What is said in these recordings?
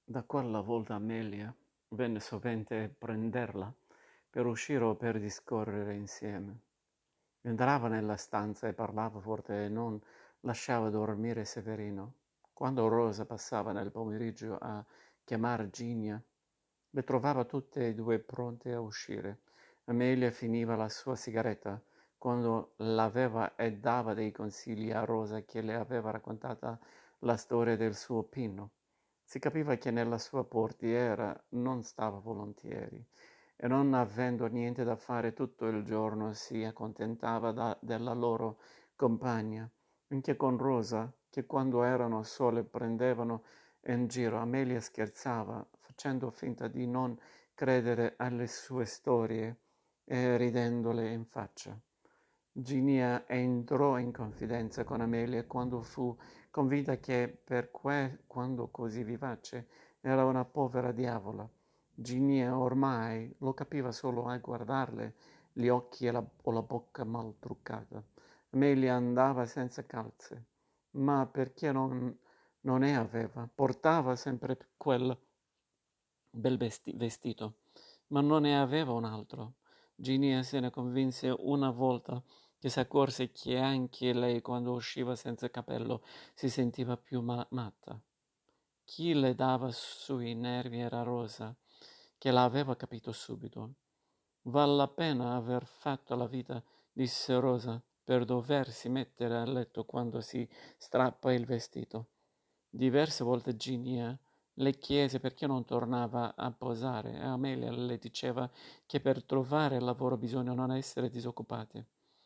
Da quella volta Amelia venne sovente a prenderla per uscire o per discorrere insieme. Entrava nella stanza e parlava forte e non lasciava dormire Severino. Quando Rosa passava nel pomeriggio a chiamare Ginia, le trovava tutte e due pronte a uscire. Amelia finiva la sua sigaretta quando l'aveva e dava dei consigli a Rosa che le aveva raccontata la storia del suo Pino. Si capiva che nella sua portiera non stava volentieri e non avendo niente da fare tutto il giorno si accontentava della loro compagnia. Anche con Rosa, che quando erano sole prendevano in giro, Amelia scherzava, facendo finta di non credere alle sue storie e ridendole in faccia. Ginia entrò in confidenza con Amelia quando fu convinta che quando così vivace era una povera diavola. Ginia ormai lo capiva solo a guardarle gli occhi o la bocca mal truccata. Amelia andava senza calze, ma perché non ne aveva? Portava sempre quel vestito, ma non ne aveva un altro. Ginia se ne convinse una volta che si accorse che anche lei quando usciva senza capello si sentiva più matta. Chi le dava sui nervi era Rosa, che l'aveva capito subito. Vale la pena aver fatto la vita, disse Rosa, per doversi mettere a letto quando si strappa il vestito. Diverse volte Ginia le chiese perché non tornava a posare e Amelia le diceva che per trovare lavoro bisogna non essere disoccupati.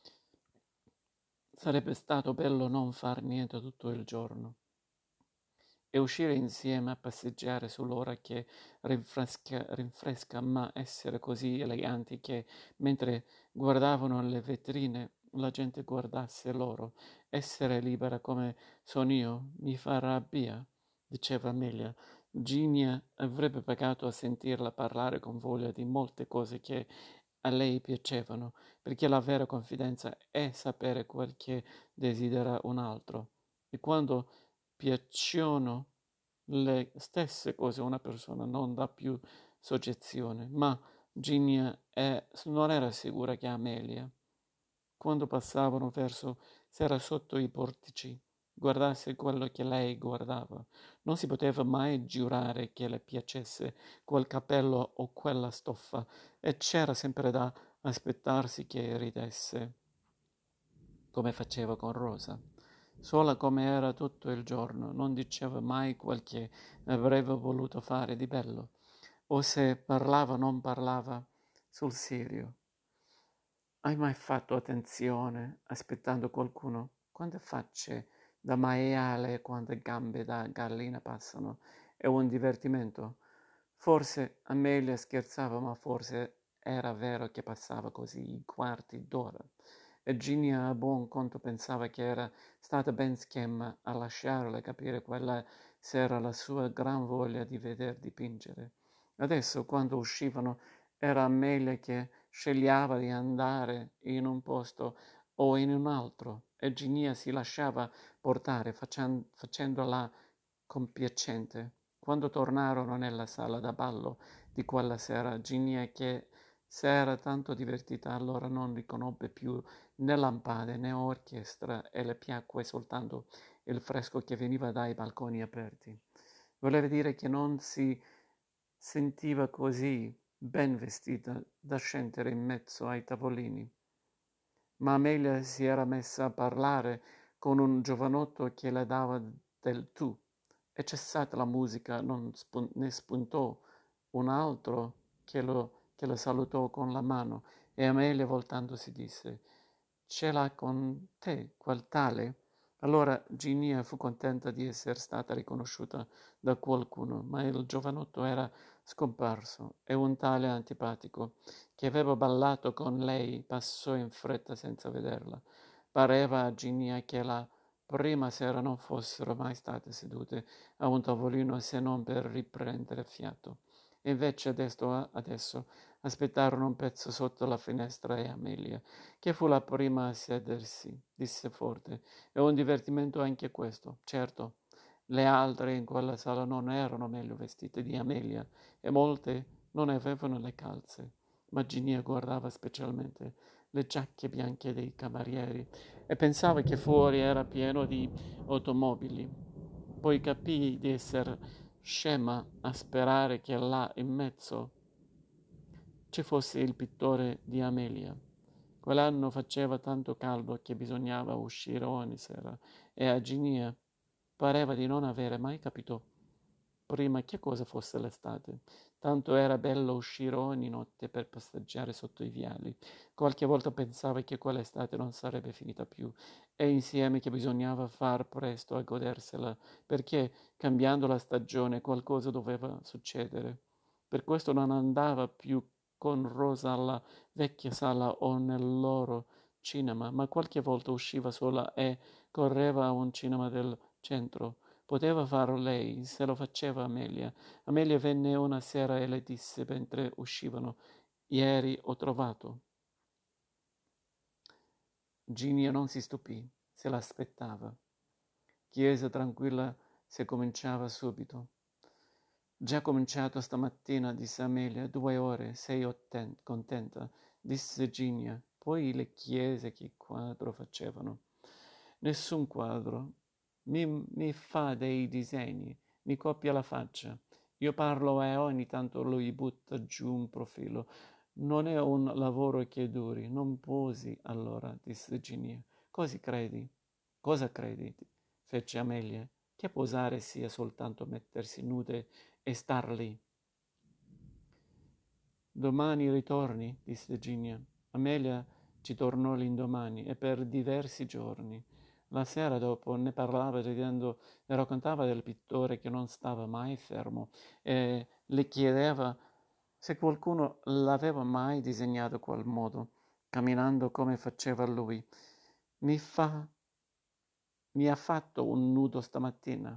Sarebbe stato bello non far niente tutto il giorno e uscire insieme a passeggiare sull'ora che rinfresca, ma essere così eleganti che mentre guardavano le vetrine la gente guardasse loro. Essere libera come son io mi fa rabbia, diceva Amelia. Ginia avrebbe pagato a sentirla parlare con voglia di molte cose che a lei piacevano, perché la vera confidenza è sapere quel che desidera un altro. E quando piacciono le stesse cose a una persona non dà più soggezione, ma Ginia non era sicura che Amelia, quando passavano verso, se era sotto i portici, guardasse quello che lei guardava. Non si poteva mai giurare che le piacesse quel capello o quella stoffa, e c'era sempre da aspettarsi che ridesse, come faceva con Rosa. Sola come era tutto il giorno, non diceva mai quel che avrebbe voluto fare di bello, o se parlava non parlava sul serio. Hai mai fatto attenzione aspettando qualcuno? Quante facce da maiale e quante gambe da gallina passano? È un divertimento. Forse Amelia scherzava, ma forse era vero che passava così i quarti d'ora. E Ginia a buon conto pensava che era stata ben schemma a lasciarle capire quella sera la sua gran voglia di veder dipingere. Adesso, quando uscivano, era Amelia che sceglieva di andare in un posto o in un altro e Ginia si lasciava portare facendola compiacente. Quando tornarono nella sala da ballo di quella sera, Ginia, che si era tanto divertita allora, non riconobbe più né lampade né orchestra e le piacque soltanto il fresco che veniva dai balconi aperti. Voleva dire che non si sentiva così ben vestita da scendere in mezzo ai tavolini. Ma Amelia si era messa a parlare con un giovanotto che le dava del tu e cessata la musica ne spuntò un altro che lo salutò con la mano e Amelia voltandosi disse «Ce l'ha con te quel tale?» Allora Ginia fu contenta di essere stata riconosciuta da qualcuno, ma il giovanotto era scomparso e un tale antipatico che aveva ballato con lei passò in fretta senza vederla. Pareva a Ginia che la prima sera non fossero mai state sedute a un tavolino se non per riprendere fiato. E invece adesso aspettarono un pezzo sotto la finestra e Amelia, che fu la prima a sedersi, disse forte. È un divertimento anche questo, certo. Le altre in quella sala non erano meglio vestite di Amelia e molte non avevano le calze, ma Ginia guardava specialmente le giacche bianche dei camerieri e pensava che fuori era pieno di automobili. Poi capì di essere scema a sperare che là in mezzo ci fosse il pittore di Amelia. Quell'anno faceva tanto caldo che bisognava uscire ogni sera e a Ginia pareva di non avere mai capito prima che cosa fosse l'estate. Tanto era bello uscire ogni notte per passeggiare sotto i viali. Qualche volta pensava che quell'estate non sarebbe finita più e insieme che bisognava far presto a godersela, perché cambiando la stagione qualcosa doveva succedere. Per questo non andava più con Rosa alla vecchia sala o nel loro cinema, ma qualche volta usciva sola e correva a un cinema del centro. Poteva farlo lei, se lo faceva Amelia. Amelia venne una sera e le disse mentre uscivano: Ieri ho trovato. Ginia non si stupì, se l'aspettava. Chiese tranquilla se cominciava subito. Già cominciato stamattina, disse Amelia, 2 ore, sei contenta, disse Ginia. Poi le chiese che quadro facevano. Nessun quadro. Mi fa dei disegni, mi copia la faccia. Io parlo e ogni tanto lui butta giù un profilo. Non è un lavoro che duri, non posi allora, disse Ginia. Cosa credi? Cosa credi? Fece Amelia. Che posare sia soltanto mettersi nude e star lì. Domani ritorni, disse Ginia. Amelia ci tornò l'indomani e per diversi giorni. La sera dopo ne parlava ridendo e raccontava del pittore che non stava mai fermo e le chiedeva se qualcuno l'aveva mai disegnato a quel modo, camminando come faceva lui. Mi fa, mi ha fatto un nudo stamattina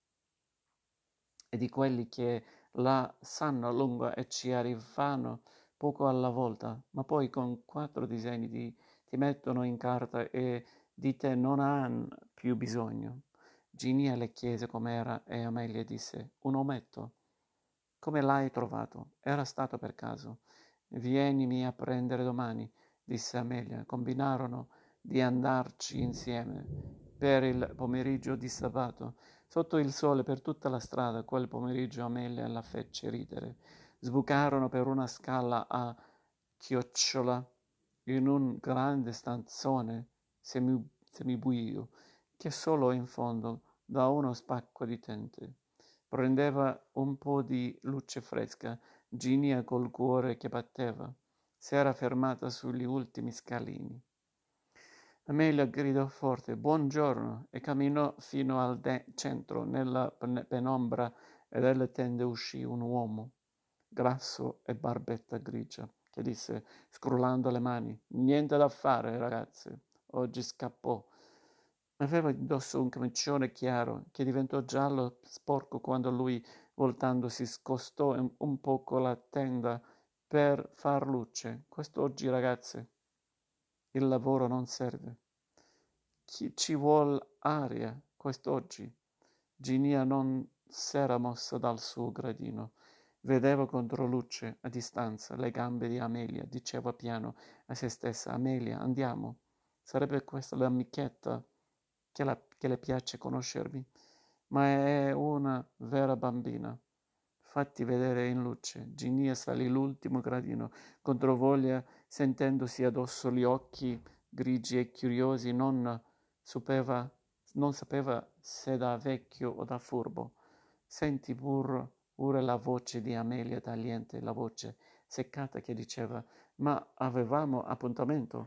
e di quelli che la sanno a lungo e ci arrivano poco alla volta, ma poi con 4 disegni ti mettono in carta e di te non han più bisogno. Ginia le chiese com'era e Amelia disse: Un ometto. Come l'hai trovato? Era stato per caso. Vienimi a prendere domani, disse Amelia. Combinarono di andarci insieme per il pomeriggio di sabato. Sotto il sole per tutta la strada, quel pomeriggio Amelia la fece ridere. Sbucarono per una scala a chiocciola in un grande stanzone semibuio che solo in fondo da uno spacco di tente prendeva un po' di luce fresca. Ginia col cuore che batteva s'era fermata sugli ultimi scalini. Amelia gridò forte buongiorno e camminò fino al centro. Nella penombra delle tende uscì un uomo grasso e barbetta grigia che disse scrollando le mani: Niente da fare, ragazze, oggi scappò. Aveva indosso un camicione chiaro che diventò giallo sporco quando lui, voltandosi, scostò un poco la tenda per far luce. Quest'oggi, ragazze, il lavoro non serve. Chi ci vuol aria quest'oggi? Ginia non s'era mossa dal suo gradino. Vedeva controluce a distanza le gambe di Amelia. Diceva piano a se stessa: Amelia, andiamo. Sarebbe questa l'amichetta che le piace conoscervi? Ma è una vera bambina. Fatti vedere in luce. Ginia salì l'ultimo gradino, controvoglia, sentendosi addosso gli occhi grigi e curiosi, sapeva, non sapeva se da vecchio o da furbo. Senti pure la voce di Amelia tagliente, la voce seccata che diceva: Ma avevamo appuntamento.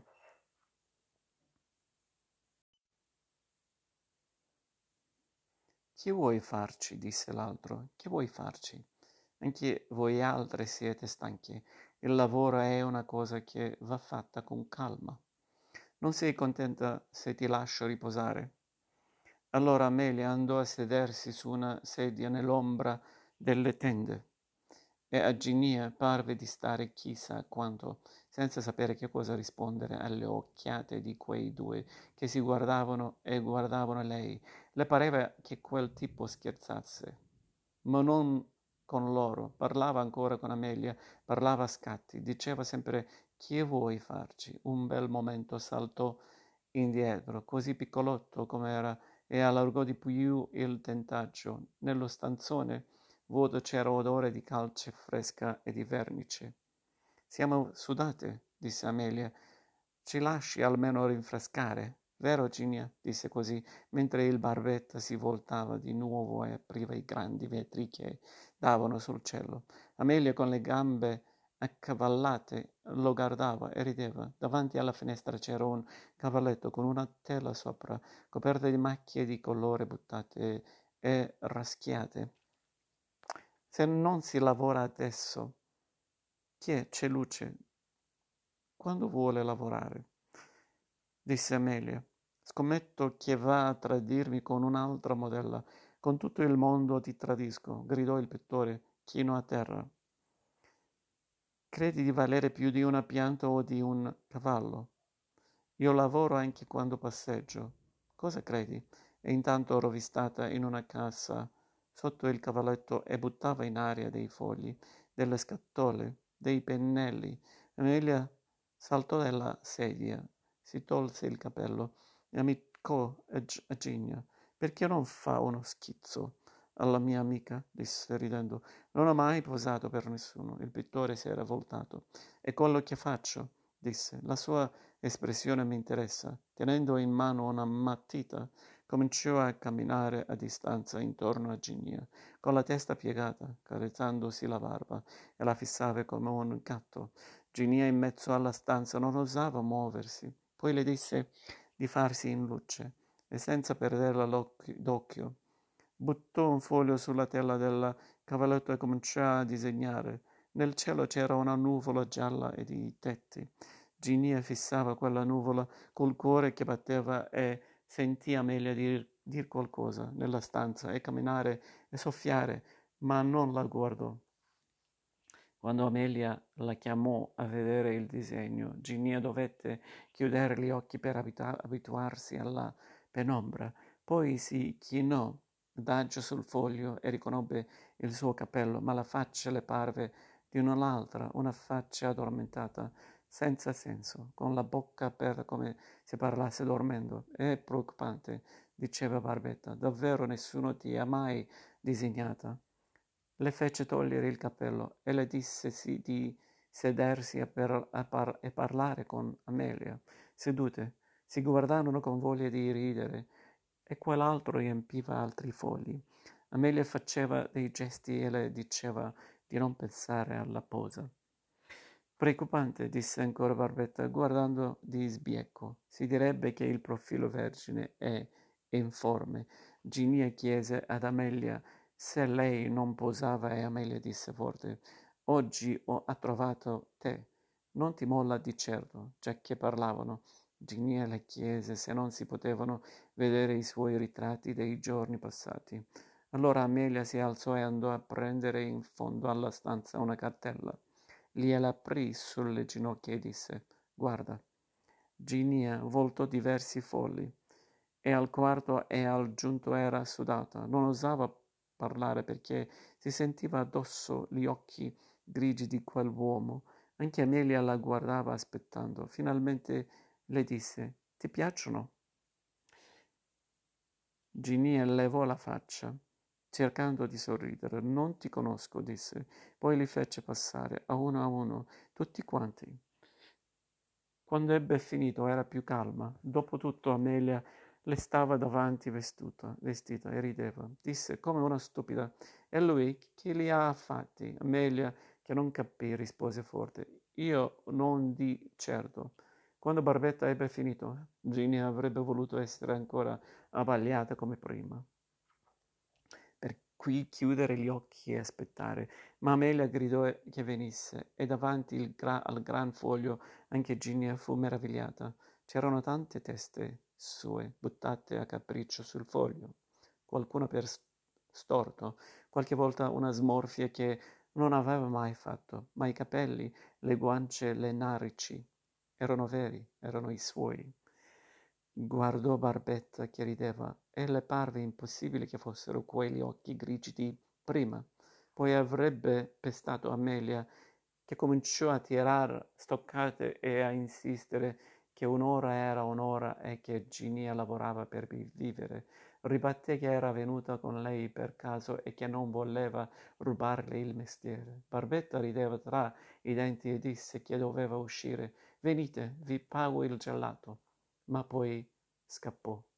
Che vuoi farci? Disse l'altro. Che vuoi farci? Anche voi altre siete stanchi. Il lavoro è una cosa che va fatta con calma. Non sei contenta se ti lascio riposare? Allora Amelia andò a sedersi su una sedia nell'ombra delle tende e a Ginia parve di stare chissà quanto senza sapere che cosa rispondere alle occhiate di quei due che si guardavano e guardavano lei. Le pareva che quel tipo scherzasse, ma non con loro. Parlava ancora con Amelia, parlava a scatti, diceva sempre che vuoi farci? Un bel momento saltò indietro, così piccolotto com'era, e allargò di più il tentaggio. Nello stanzone vuoto c'era odore di calce fresca e di vernice. Siamo sudate, disse Amelia. Ci lasci almeno rinfrescare, vero Ginia? Disse così, mentre il barbetta si voltava di nuovo e apriva i grandi vetri che davano sul cielo. Amelia con le gambe accavallate lo guardava e rideva. Davanti alla finestra c'era un cavalletto con una tela sopra, coperta di macchie di colore buttate e raschiate. Se non si lavora adesso, c'è luce quando vuole lavorare, disse Amelia. Scommetto che va a tradirmi con un'altra modella. Con tutto il mondo ti tradisco, gridò il pittore, chino a terra. Credi di valere più di una pianta o di un cavallo? Io lavoro anche quando passeggio. Cosa credi? E intanto rovistata in una cassa sotto il cavalletto e buttava in aria dei fogli, delle scatole, dei pennelli. Amelia saltò dalla sedia, si tolse il cappello e ammiccò a Gigna. Perché non fa uno schizzo alla mia amica? Disse ridendo. Non ho mai posato per nessuno. Il pittore si era voltato. È quello che faccio, disse. La sua espressione mi interessa. Tenendo in mano una matita, cominciò a camminare a distanza intorno a Ginia, con la testa piegata, carezzandosi la barba, e la fissava come un gatto. Ginia in mezzo alla stanza non osava muoversi. Poi le disse di farsi in luce e senza perderla d'occhio buttò un foglio sulla tela del cavalletto e cominciò a disegnare. Nel cielo c'era una nuvola gialla e di tetti. Ginia fissava quella nuvola col cuore che batteva e sentì Amelia dir qualcosa nella stanza e camminare e soffiare, ma non la guardò. Quando Amelia la chiamò a vedere il disegno, Ginia dovette chiudere gli occhi per abituarsi alla penombra. Poi si chinò adagio sul foglio e riconobbe il suo cappello, ma la faccia le parve di un'altra, una faccia addormentata, senza senso, con la bocca aperta come se parlasse dormendo. È preoccupante, diceva Barbetta. Davvero nessuno ti ha mai disegnata? Le fece togliere il cappello e le disse di sedersi e parlare con Amelia. Sedute, si guardarono con voglia di ridere e quell'altro riempiva altri fogli. Amelia faceva dei gesti e le diceva di non pensare alla posa. Preoccupante, disse ancora Barbetta, guardando di sbiecco. Si direbbe che il profilo vergine è informe. Ginia chiese ad Amelia se lei non posava e Amelia disse forte: Oggi ha trovato te. Non ti molla di certo, giacché parlavano. Ginia le chiese se non si potevano vedere i suoi ritratti dei giorni passati. Allora Amelia si alzò e andò a prendere in fondo alla stanza una cartella. Gliela aprì sulle ginocchia e disse: Guarda. Ginia voltò diversi fogli e al quarto e al giunto era sudata. Non osava parlare perché si sentiva addosso gli occhi grigi di quell'uomo. Anche Amelia la guardava aspettando. Finalmente le disse: Ti piacciono? Ginia levò la faccia, cercando di sorridere. Non ti conosco, disse. Poi li fece passare a uno tutti quanti. Quando ebbe finito era più calma. Dopotutto Amelia le stava davanti vestita e rideva. Disse come una stupida. E lui chi li ha fatti? Amelia, che non capì, rispose forte. Io non di certo. Quando Barbetta ebbe finito, Ginny avrebbe voluto essere ancora abbagliata come prima. Per cui chiudere gli occhi e aspettare. Ma Amelia gridò che venisse, e davanti al gran foglio anche Ginny fu meravigliata. C'erano tante teste sue buttate a capriccio sul foglio, qualcuna per storto, qualche volta una smorfia che Non aveva mai fatto, ma i capelli, le guance, le narici erano veri, erano i suoi. Guardò Barbetta che rideva e le parve impossibile che fossero quegli occhi grigi di prima. Poi avrebbe pestato Amelia, che cominciò a tirar stoccate e a insistere che un'ora era un'ora e che Ginia lavorava per vivere. Ribatté che era venuta con lei per caso e che non voleva rubarle il mestiere. Barbetta rideva tra i denti e disse che doveva uscire. Venite, vi pago il gelato. Ma poi scappò.